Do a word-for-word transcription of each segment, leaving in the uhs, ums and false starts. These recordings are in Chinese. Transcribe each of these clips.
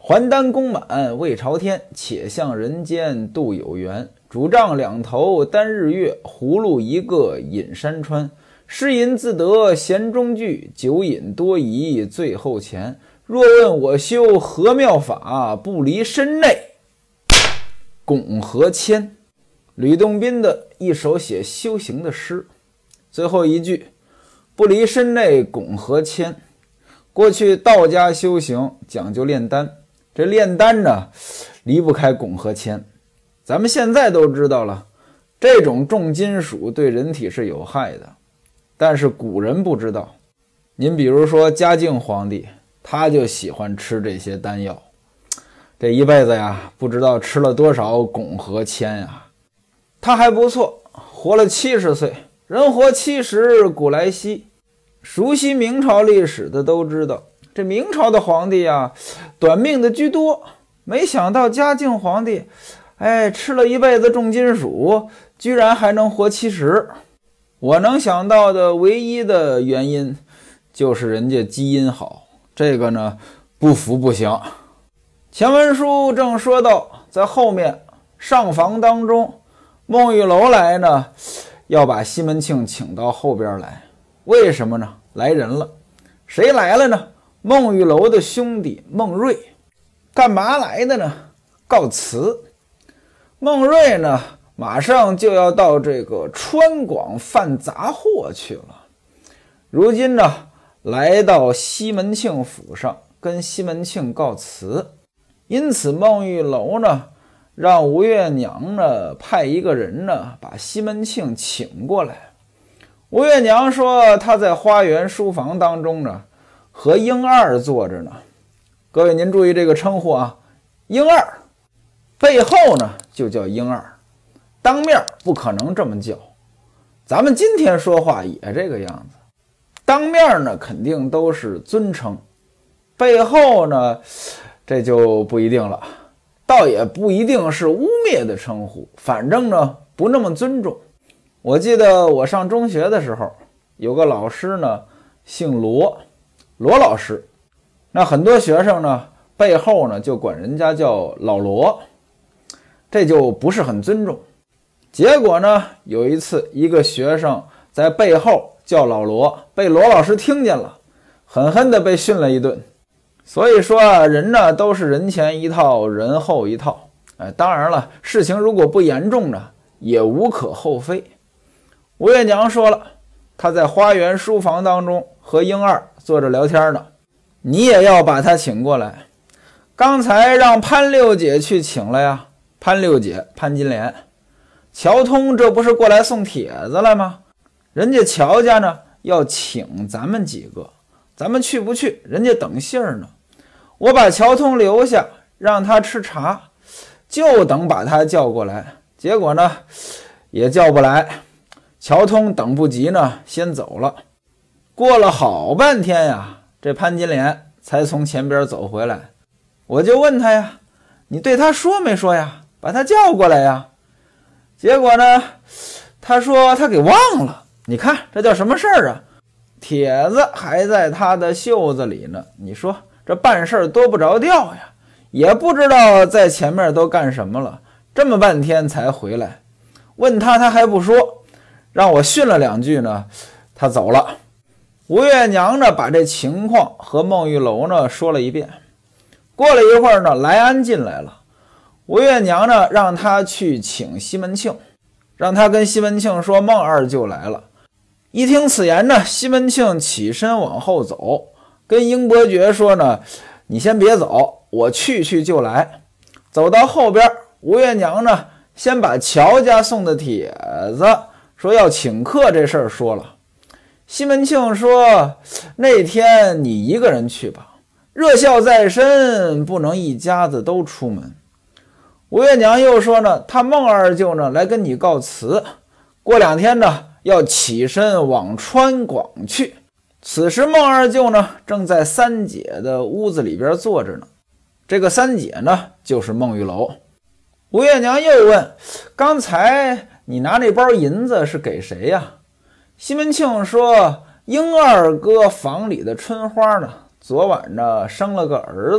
还丹宫满未朝天，且向人间度有缘。主杖两头担日月，葫芦一个引山川。诗吟自得弦中句，酒饮多疑最后前。若问我修何妙法，不离身内拱和谦。吕洞宾的一首写修行的诗，最后一句不离身内拱和谦。过去道家修行讲究炼丹，这炼丹呢离不开汞和铅。咱们现在都知道了，这种重金属对人体是有害的，但是古人不知道。您比如说嘉靖皇帝，他就喜欢吃这些丹药，这一辈子呀不知道吃了多少汞和铅呀。他还不错，活了七十岁，人活七十古来稀。熟悉明朝历史的都知道，这明朝的皇帝啊短命的居多，没想到嘉靖皇帝哎，吃了一辈子重金属，居然还能活七十。我能想到的唯一的原因就是人家基因好，这个呢不服不行。前文书正说到，在后面上房当中，孟玉楼来呢要把西门庆请到后边来，为什么呢？来人了。谁来了呢？孟玉楼的兄弟孟瑞。干嘛来的呢？告辞。孟瑞呢马上就要到这个川广贩杂货去了，如今呢来到西门庆府上跟西门庆告辞。因此孟玉楼呢让吴月娘呢派一个人呢把西门庆请过来。吴月娘说她在花园书房当中呢和英二坐着呢。各位您注意这个称呼啊，英二背后呢就叫英二，当面不可能这么叫。咱们今天说话也这个样子，当面呢肯定都是尊称，背后呢这就不一定了，倒也不一定是污蔑的称呼，反正呢不那么尊重。我记得我上中学的时候，有个老师呢姓罗，罗老师，那很多学生呢背后呢就管人家叫老罗，这就不是很尊重。结果呢有一次一个学生在背后叫老罗，被罗老师听见了，狠狠地被训了一顿。所以说啊，人呢都是人前一套人后一套。哎，当然了，事情如果不严重呢也无可厚非。吴月娘说了，她在花园书房当中和英二坐着聊天呢，你也要把她请过来。刚才让潘六姐去请了呀，潘六姐潘金莲。乔通这不是过来送帖子了吗？人家乔家呢要请咱们几个，咱们去不去人家等信儿呢。我把乔通留下让他吃茶，就等把他叫过来，结果呢也叫不来。乔通等不及呢先走了。过了好半天呀，这潘金莲才从前边走回来。我就问他呀，你对他说没说呀，把他叫过来呀。结果呢他说他给忘了。你看这叫什么事儿啊？帖子还在他的袖子里呢，你说这办事多不着调呀，也不知道在前面都干什么了，这么半天才回来。问他他还不说，让我训了两句呢，他走了。吴月娘呢把这情况和孟玉楼呢说了一遍。过了一会儿呢，来安进来了。吴月娘呢让他去请西门庆，让他跟西门庆说孟二舅来了。一听此言呢，西门庆起身往后走，跟英伯爵说呢，你先别走，我去去就来。走到后边，吴月娘呢先把乔家送的帖子说要请客这事儿说了。西门庆说，那天你一个人去吧，热孝在身，不能一家子都出门。吴月娘又说呢，他孟二舅呢来跟你告辞，过两天呢要起身往川广去。此时孟二舅呢正在三姐的屋子里边坐着呢，这个三姐呢就是孟玉楼。吴月娘又问，刚才你拿那包银子是给谁呀？西门庆说，英二哥房里的春花呢昨晚呢生了个儿子，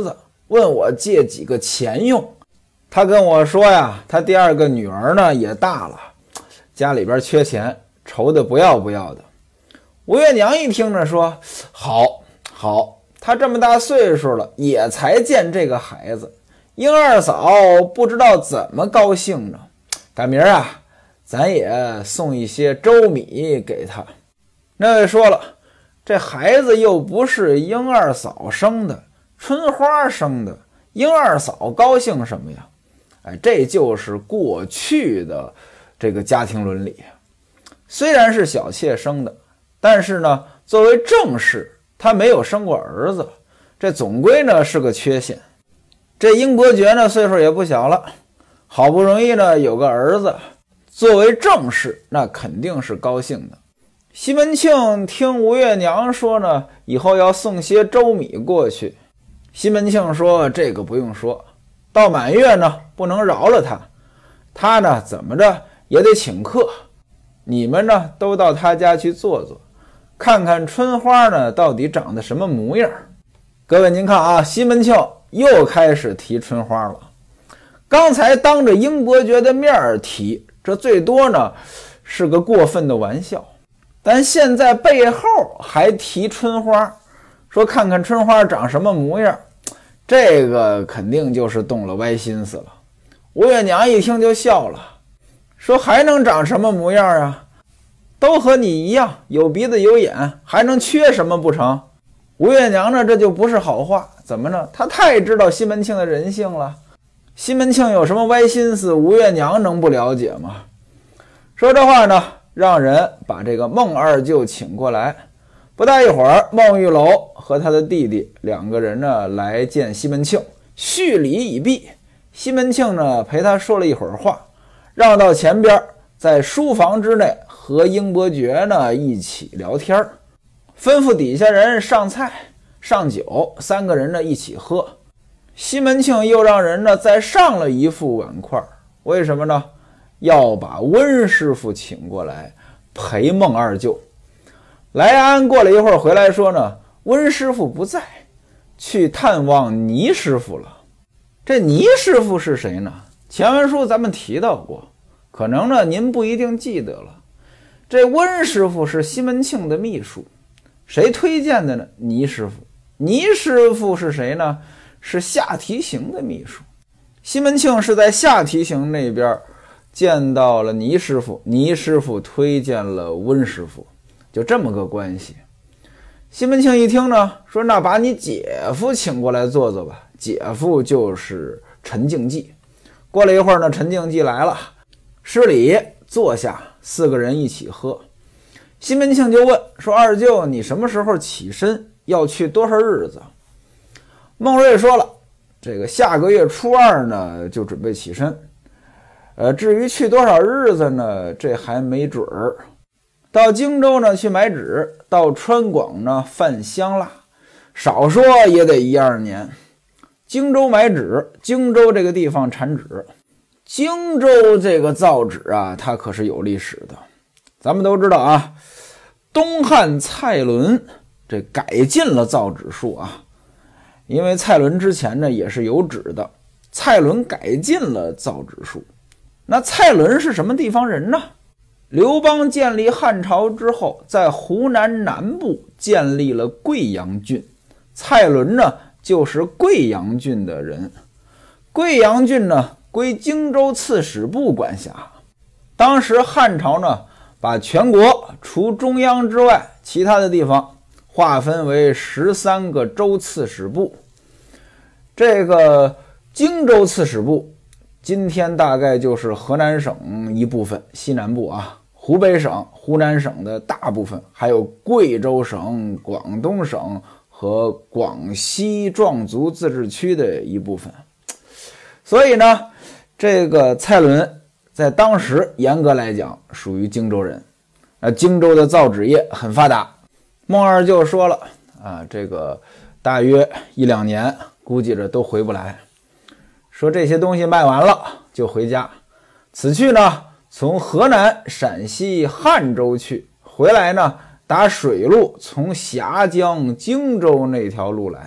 问我借几个钱用。他跟我说呀，他第二个女儿呢也大了，家里边缺钱，愁得不要不要的。吴月娘一听着说，好好，他这么大岁数了，也才见这个孩子，英二嫂不知道怎么高兴呢。赶明儿啊，咱也送一些粥米给他。那位说了，这孩子又不是英二嫂生的，春花生的，英二嫂高兴什么呀？哎，这就是过去的这个家庭伦理。虽然是小妾生的，但是呢，作为正室，她没有生过儿子，这总归呢是个缺陷。这英伯爵呢岁数也不小了，好不容易呢有个儿子，作为正室，那肯定是高兴的。西门庆听吴月娘说呢，以后要送些粥米过去。西门庆说，这个不用说，到满月呢不能饶了他，他呢怎么着也得请客，你们呢都到他家去坐坐，看看春花呢到底长得什么模样。各位您看啊，西门庆又开始提春花了。刚才当着英伯爵的面提，这最多呢是个过分的玩笑，但现在背后还提春花，说看看春花长什么模样，这个肯定就是动了歪心思了。吴月娘一听就笑了，说还能长什么模样啊？都和你一样，有鼻子有眼，还能缺什么不成？吴月娘呢，这就不是好话。怎么呢？她太知道西门庆的人性了。西门庆有什么歪心思，吴月娘能不了解吗？说这话呢，让人把这个孟二舅请过来。不大一会儿，孟玉楼和他的弟弟两个人呢来见西门庆，叙礼已毕。西门庆呢陪他说了一会儿话，让到前边，在书房之内和英伯爵呢一起聊天，吩咐底下人上菜上酒，三个人呢一起喝。西门庆又让人呢再上了一副碗筷，为什么呢？要把温师傅请过来陪孟二舅。来安过了一会儿回来说呢，温师傅不在，去探望倪师傅了。这倪师傅是谁呢？前文书咱们提到过，可能呢您不一定记得了。这温师傅是西门庆的秘书，谁推荐的呢？倪师傅。倪师傅是谁呢？是夏提刑的秘书。西门庆是在夏提刑那边见到了倪师傅，倪师傅推荐了温师傅，就这么个关系。西门庆一听呢，说那把你姐夫请过来坐坐吧。姐夫就是陈敬济。过了一会儿呢，陈敬济来了，施礼坐下，四个人一起喝。西门庆就问说，二舅你什么时候起身，要去多少日子？孟瑞说了，这个下个月初二呢就准备起身，呃，至于去多少日子呢，这还没准儿。到荆州呢去买纸，到川广呢贩香蜡，少说也得一二年。荆州买纸，荆州这个地方产纸，荆州这个造纸啊，它可是有历史的。咱们都知道啊，东汉蔡伦这改进了造纸术啊，因为蔡伦之前呢也是有纸的，蔡伦改进了造纸术。那蔡伦是什么地方人呢？刘邦建立汉朝之后，在湖南南部建立了贵阳郡，蔡伦呢就是贵阳郡的人。贵阳郡呢归荆州刺史部管辖。当时汉朝呢把全国除中央之外其他的地方划分为十三个州刺史部。这个荆州刺史部今天大概就是河南省一部分，西南部啊，湖北省、湖南省的大部分，还有贵州省、广东省和广西壮族自治区的一部分。所以呢，这个蔡伦在当时严格来讲属于荆州人。呃，荆州的造纸业很发达。孟二舅说了啊，这个大约一两年估计着都回不来，说这些东西卖完了就回家。此去呢，从河南、陕西、汉州去，回来呢打水路从峡江、荆州那条路来。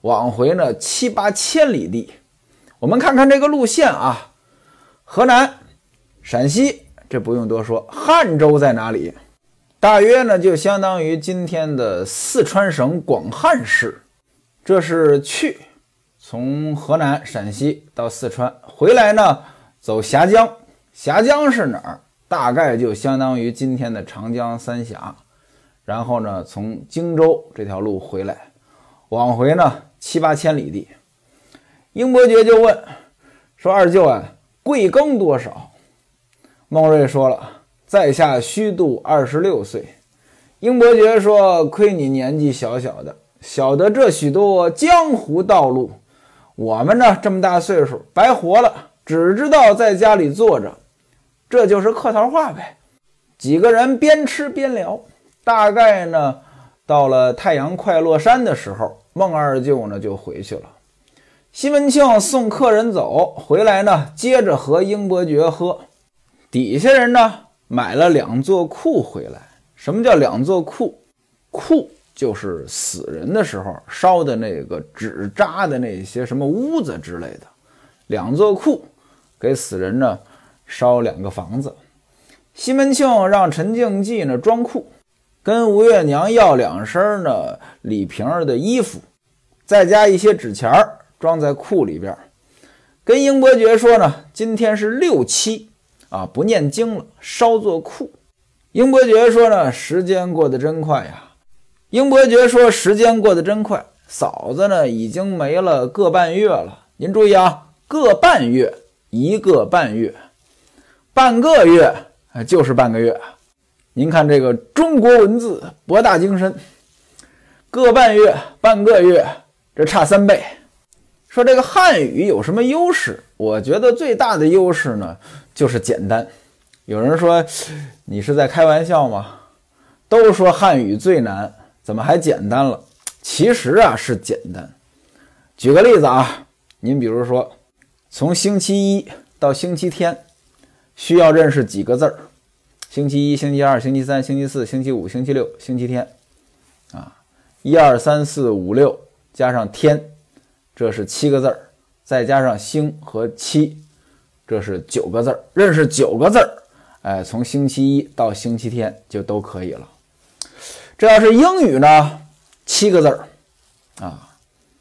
往回呢七八千里地。我们看看这个路线啊，河南、陕西，这不用多说。汉州在哪里？大约呢就相当于今天的四川省广汉市。这是去，从河南、陕西到四川，回来呢走峡江。峡江是哪儿？大概就相当于今天的长江三峡。然后呢从荆州这条路回来，往回呢七八千里地。英伯爵就问说：“二舅啊，贵庚多少？”孟瑞说了：“在下虚度二十六岁。”英伯爵说：“亏你年纪小小的，晓得这许多江湖道路。我们呢这么大岁数，白活了，只知道在家里坐着，这就是客套话呗。”几个人边吃边聊，大概呢到了太阳快落山的时候，孟二舅呢就回去了。西门庆送客人走，回来呢接着和英伯爵喝。底下人呢买了两座库回来。什么叫两座库？库就是死人的时候烧的那个纸扎的那些什么屋子之类的。两座库给死人呢烧两个房子。西门庆让陈静济呢装库，跟吴月娘要两身呢李瓶儿的衣服，再加一些纸钱儿装在库里边。跟英伯爵说呢，今天是六七啊，不念经了，烧作库。英伯爵说呢，时间过得真快呀。英伯爵说时间过得真快，嫂子呢已经没了个半月了。您注意啊，个半月，一个半月，半个月就是半个月。您看这个中国文字博大精深，个半月、半个月，这差三倍。说这个汉语有什么优势？我觉得最大的优势呢就是简单。有人说你是在开玩笑吗？都说汉语最难，怎么还简单了？其实啊是简单。举个例子啊，您比如说从星期一到星期天需要认识几个字儿？星期一、星期二、星期三、星期四、星期五、星期六、星期天啊，一二三四五六加上天，这是七个字儿，再加上星和七，这是九个字儿。认识九个字儿，哎，从星期一到星期天就都可以了。这要是英语呢，七个字儿啊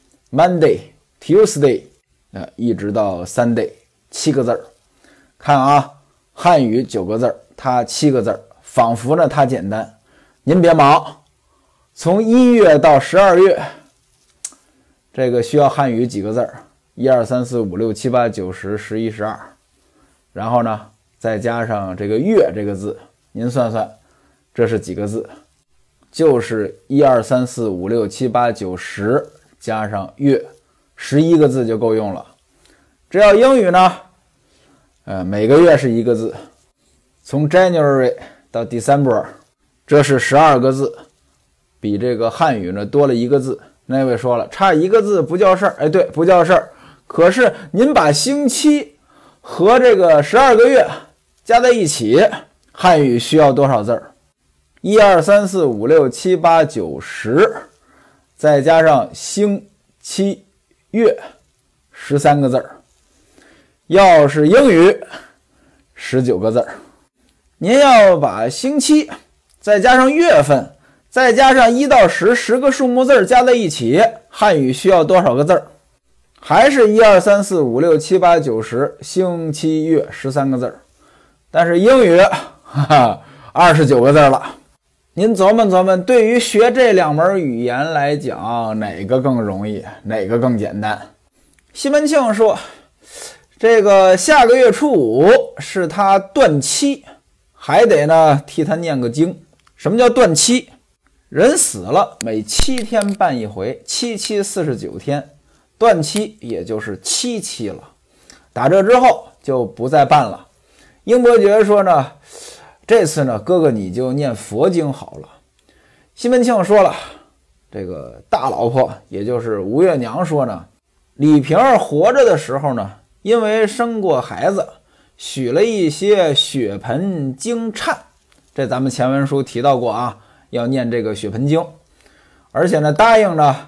，Monday、Tuesday 啊，一直到 Sunday， 七个字儿。看啊，汉语九个字儿，它七个字儿，仿佛呢它简单。您别忙，从一月到十二月，这个需要汉语几个字儿？一二三四五六七八九十十一十二，然后呢再加上这个月这个字，您算算这是几个字？就是一二三四五六七八九十加上月，十一个字就够用了。这要英语呢，呃，每个月是一个字，从 January 到 December， 这是十二个字，比这个汉语呢多了一个字。那位说了，差一个字不叫事儿。哎，对，不叫事儿。可是您把星期和这个十二个月加在一起，汉语需要多少字儿？一二三四五六七八九十，再加上星期月，十三个字儿。要是英语，十九个字儿。您要把星期再加上月份，再加上一到十，十个数目字加在一起，汉语需要多少个字儿？还是一二三四五六七八九十，星期月十三个字儿。但是英语，哈哈，二十九个字了。您琢磨琢磨，对于学这两门语言来讲，哪个更容易，哪个更简单？西门庆说，这个下个月初五是他断期，还得呢替他念个经。什么叫断期？人死了，每七天办一回，七七四十九天，断期也就是七期了。打这之后就不再办了。英伯爵说呢，这次呢，哥哥你就念佛经好了。西门庆说了，这个大老婆也就是吴月娘说呢，李瓶儿活着的时候呢，因为生过孩子，许了一些血盆经忏，这咱们前文书提到过啊，要念这个血盆经，而且呢答应呢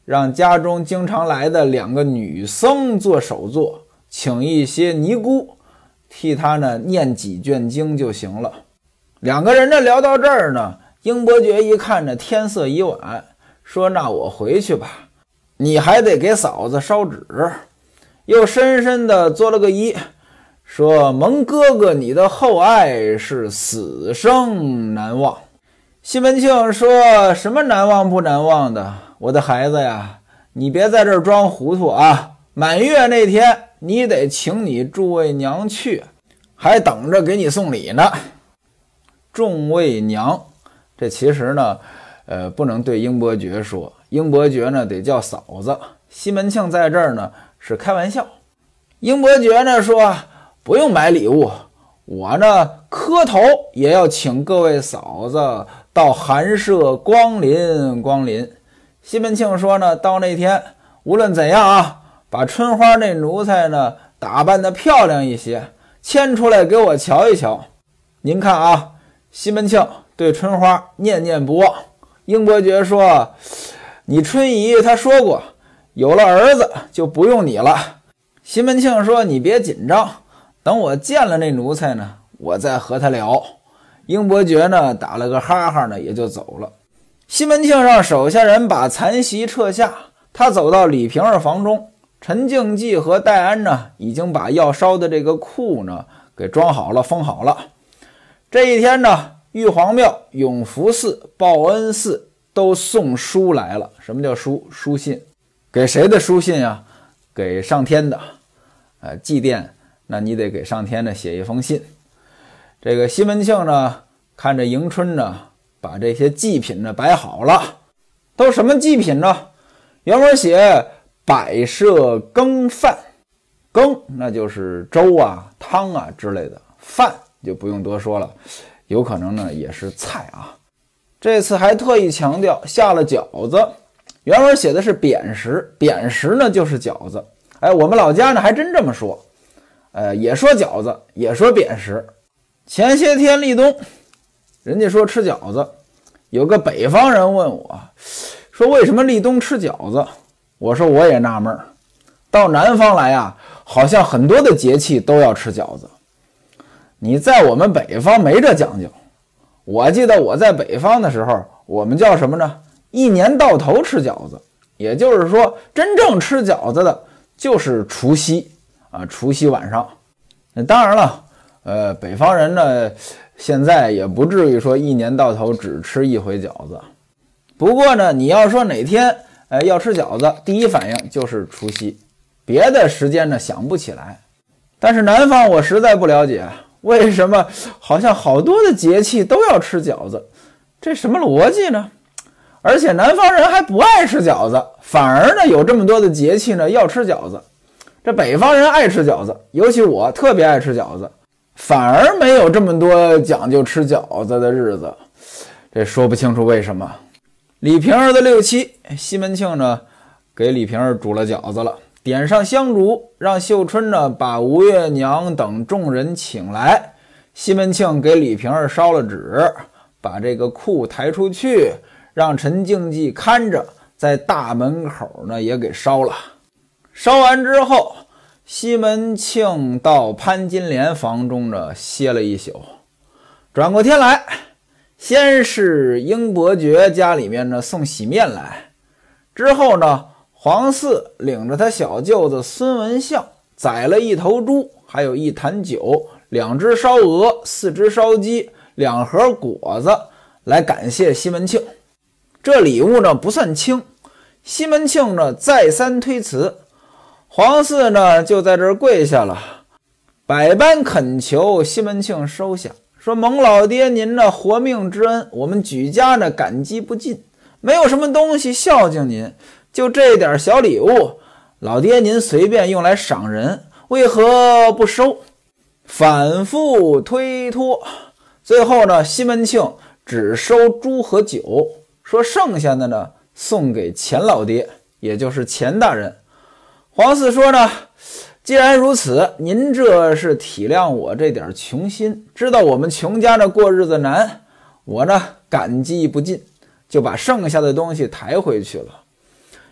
让家中经常来的两个女僧做首座，请一些尼姑替他呢念几卷经就行了。两个人呢聊到这儿呢，英伯爵一看呢天色已晚，说那我回去吧，你还得给嫂子烧纸。又深深的作了个揖，说蒙哥哥你的厚爱是死生难忘。西门庆说什么难忘不难忘的，我的孩子呀，你别在这儿装糊涂啊，满月那天你得请你诸位娘去，还等着给你送礼呢。众位娘，这其实呢呃，不能对英伯爵说，英伯爵呢得叫嫂子。西门庆在这儿呢是开玩笑。英伯爵呢说不用买礼物，我呢磕头也要请各位嫂子到寒舍光临光临。西门庆说呢，到那天无论怎样啊，把春花那奴才呢打扮得漂亮一些，牵出来给我瞧一瞧。您看啊，西门庆对春花念念不忘。英伯爵说，你春姨她说过，有了儿子就不用你了。西门庆说，你别紧张，等我见了那奴才呢，我再和他聊。英伯爵呢打了个哈哈呢，也就走了。西门庆让手下人把残席撤下，他走到李瓶儿房中，陈静济和戴安呢已经把要烧的这个库呢给装好了，封好了。这一天呢，玉皇庙、永福寺、报恩寺都送书来了。什么叫书？书信。给谁的书信啊？给上天的。呃，祭奠，那你得给上天的写一封信。这个西门庆呢，看着迎春呢，把这些祭品呢摆好了。都什么祭品呢？原文写摆设羹饭，羹那就是粥啊、汤啊之类的，饭就不用多说了，有可能呢也是菜啊。这次还特意强调下了饺子，原文写的是扁食，扁食呢就是饺子。哎，我们老家呢还真这么说，呃，也说饺子，也说扁食。前些天立冬，人家说吃饺子，有个北方人问我，说为什么立冬吃饺子？我说我也纳闷，到南方来啊，好像很多的节气都要吃饺子。你在我们北方没这讲究。我记得我在北方的时候，我们叫什么呢？一年到头吃饺子，也就是说，真正吃饺子的就是除夕啊，除夕晚上。当然了，呃，北方人呢，现在也不至于说一年到头只吃一回饺子。不过呢，你要说哪天呃要吃饺子，第一反应就是除夕，别的时间呢想不起来。但是南方我实在不了解，为什么好像好多的节气都要吃饺子，这什么逻辑呢？而且南方人还不爱吃饺子，反而呢有这么多的节气呢要吃饺子。这北方人爱吃饺子，尤其我特别爱吃饺子，反而没有这么多讲究吃饺子的日子，这说不清楚为什么。李瓶儿的六七，西门庆呢给李瓶儿煮了饺子了，点上香烛，让秀春呢把吴月娘等众人请来。西门庆给李瓶儿烧了纸，把这个库抬出去，让陈静济看着，在大门口呢也给烧了。烧完之后，西门庆到潘金莲房中呢歇了一宿。转过天来，先是英伯爵家里面呢送喜面来，之后呢黄四领着他小舅子孙文相宰了一头猪，还有一坛酒，两只烧鹅，四只烧鸡，两盒果子，来感谢西门庆。这礼物呢不算轻，西门庆呢再三推辞，黄四呢就在这儿跪下了，百般恳求西门庆收下，说蒙老爹您呢活命之恩，我们举家呢感激不尽，没有什么东西孝敬您，就这点小礼物，老爹您随便用来赏人，为何不收？反复推脱，最后呢西门庆只收猪和酒，说剩下的呢送给钱老爹，也就是钱大人。黄四说呢，既然如此，您这是体谅我这点穷心，知道我们穷家呢过日子难，我呢感激不尽，就把剩下的东西抬回去了。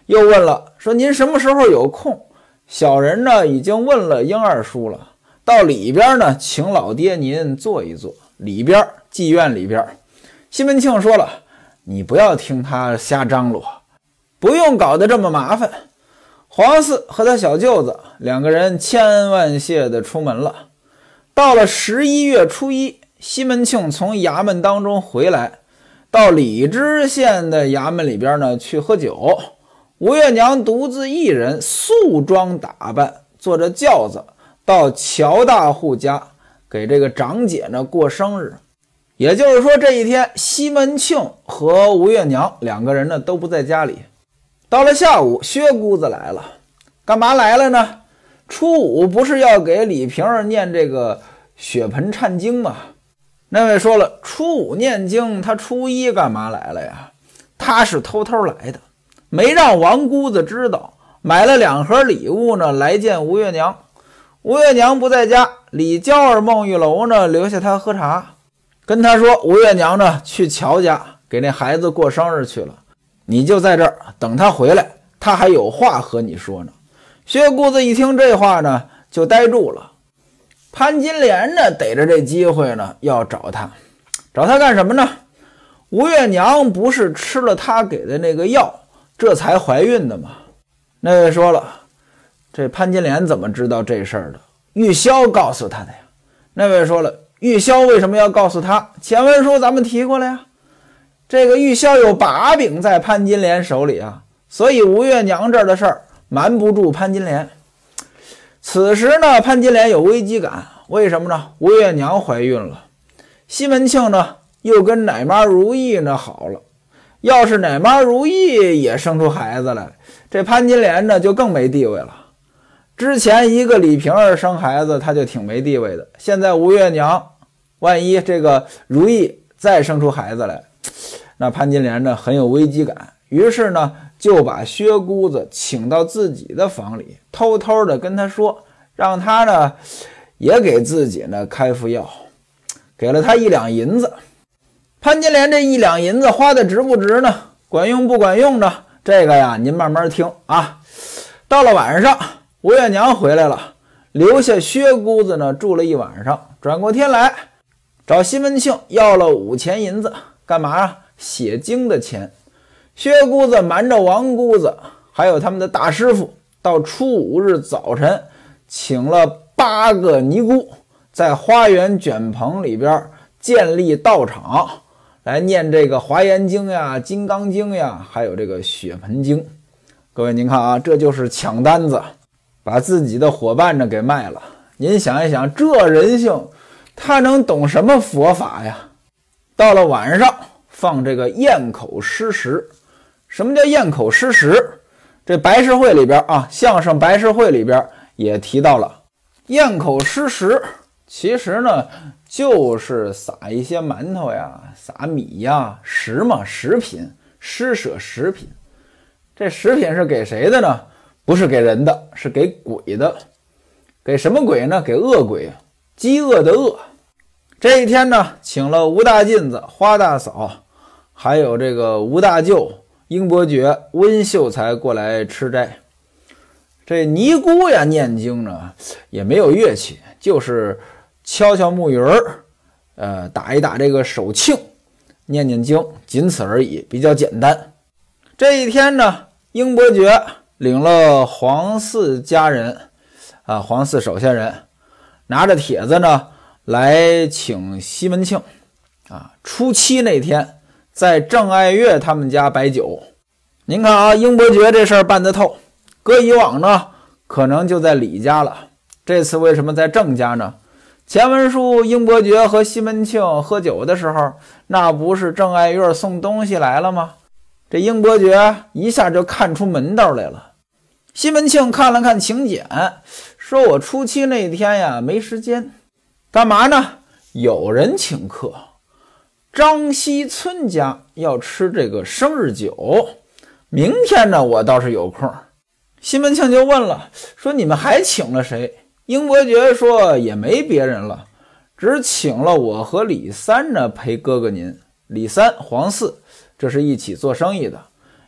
又问了，说您什么时候有空？小人呢已经问了英二叔了，到里边呢请老爹您坐一坐，里边妓院里边。西门庆说了，你不要听他瞎张罗，不用搞得这么麻烦。黄四和他小舅子两个人千恩万谢的出门了。到了十一月初一，西门庆从衙门当中回来，到李知县的衙门里边呢去喝酒。吴月娘独自一人素装打扮，坐着轿子到乔大户家给这个长姐呢过生日。也就是说，这一天西门庆和吴月娘两个人呢都不在家里。到了下午，薛姑子来了，干嘛来了呢？初五不是要给李瓶儿念这个血盆忏经吗？那位说了，初五念经，他初一干嘛来了呀？他是偷偷来的，没让王姑子知道，买了两盒礼物呢来见吴月娘。吴月娘不在家，李娇儿、孟玉楼呢留下他喝茶，跟他说吴月娘呢去乔家给那孩子过生日去了，你就在这儿等他回来，他还有话和你说呢。薛姑子一听这话呢就呆住了。潘金莲呢逮着这机会呢要找他，找他干什么呢？吴月娘不是吃了他给的那个药这才怀孕的吗？那位说了，这潘金莲怎么知道这事儿的？玉箫告诉他的呀。那位说了，玉箫为什么要告诉他？前文书咱们提过了呀，这个玉箫有把柄在潘金莲手里啊，所以吴月娘这儿的事儿瞒不住潘金莲。此时呢，潘金莲有危机感，为什么呢？吴月娘怀孕了，西门庆呢又跟奶妈如意呢好了，要是奶妈如意也生出孩子来，这潘金莲呢就更没地位了。之前一个李瓶儿生孩子他就挺没地位的，现在吴月娘万一这个如意再生出孩子来，那潘金莲呢很有危机感，于是呢就把薛姑子请到自己的房里，偷偷的跟他说，让他呢也给自己呢开副药，给了他一两银子。潘金莲这一两银子花的值不值呢？管用不管用呢？这个呀您慢慢听啊。到了晚上，吴月娘回来了，留下薛姑子呢住了一晚上，转过天来找西门庆要了五钱银子，干嘛啊？写经的钱。薛姑子瞒着王姑子还有他们的大师傅，到初五日早晨请了八个尼姑，在花园卷棚里边建立道场，来念这个华严经呀、金刚经呀，还有这个血盆经。各位您看啊，这就是抢单子，把自己的伙伴呢给卖了。您想一想，这人性他能懂什么佛法呀？到了晚上放这个咽口施食。什么叫咽口施食？这白事会里边啊，相声白事会里边也提到了咽口施食，其实呢就是撒一些馒头呀、撒米呀，食嘛，食品，施舍食品。这食品是给谁的呢？不是给人的，是给鬼的。给什么鬼呢？给恶鬼，饥饿的饿。这一天呢，请了吴大妗子、花大嫂，还有这个吴大舅、英伯爵、温秀才过来吃斋。这尼姑呀念经呢也没有乐器，就是敲敲木鱼儿，呃，打一打这个手磬，念念经，仅此而已，比较简单。这一天呢，英伯爵领了黄四家人啊，黄四手下人拿着帖子呢来请西门庆啊，初七那天在郑爱月他们家摆酒。您看啊，英伯爵这事儿办得透，搁以往呢可能就在李家了，这次为什么在郑家呢？前文书英伯爵和西门庆喝酒的时候，那不是郑爱月送东西来了吗？这英伯爵一下就看出门道来了。西门庆看了看请柬，说我初七那天呀没时间。干嘛呢？有人请客，张西村家要吃这个生日酒，明天呢我倒是有空。西门庆就问了，说你们还请了谁？英伯爵说也没别人了，只请了我和李三呢陪哥哥您。李三、黄四这是一起做生意的，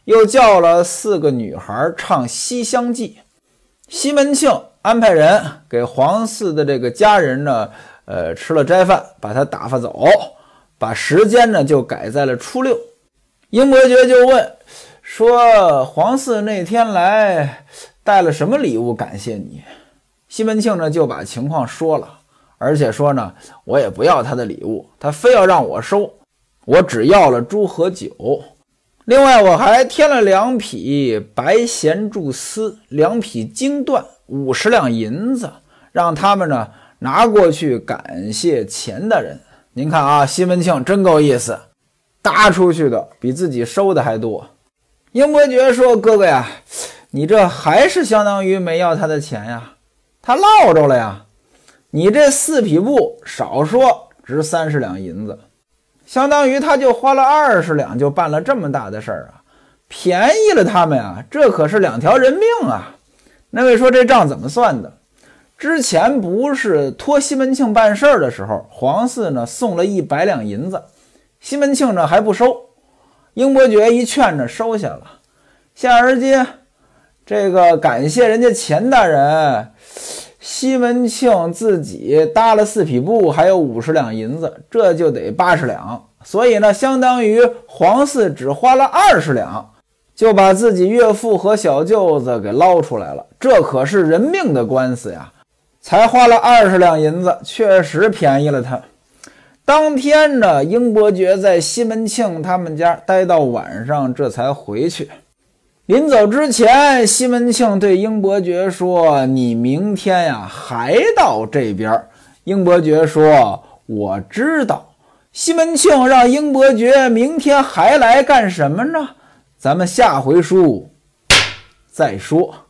又叫了四个女孩唱《西厢记》。西门庆安排人给皇嗣的这个家人呢，呃，吃了斋饭，把他打发走，把时间呢就改在了初六。英伯爵就问说：“皇嗣那天来带了什么礼物感谢你？”西门庆呢就把情况说了，而且说呢，我也不要他的礼物，他非要让我收，我只要了猪和酒。另外我还添了两匹白弦柱丝，两匹金缎，五十两银子，让他们呢拿过去感谢钱大人。您看啊，西门庆真够意思，搭出去的比自己收的还多。英伯爵说：“哥哥呀，你这还是相当于没要他的钱呀，他落着了呀。你这四匹布少说值三十两银子，相当于他就花了二十两就办了这么大的事儿啊，便宜了他们啊，这可是两条人命啊。”那位说这账怎么算的？之前不是托西门庆办事儿的时候，皇嗣呢送了一百两银子，西门庆呢还不收，英伯爵一劝着收下了。现而今这个感谢人家钱大人，西门庆自己搭了四匹布，还有五十两银子，这就得八十两，所以呢相当于皇嗣只花了二十两就把自己岳父和小舅子给捞出来了，这可是人命的官司呀，才花了二十两银子，确实便宜了他。当天呢，英伯爵在西门庆他们家待到晚上，这才回去。临走之前，西门庆对英伯爵说：“你明天呀还到这边。”英伯爵说：“我知道。”西门庆让英伯爵明天还来干什么呢？咱们下回书再说。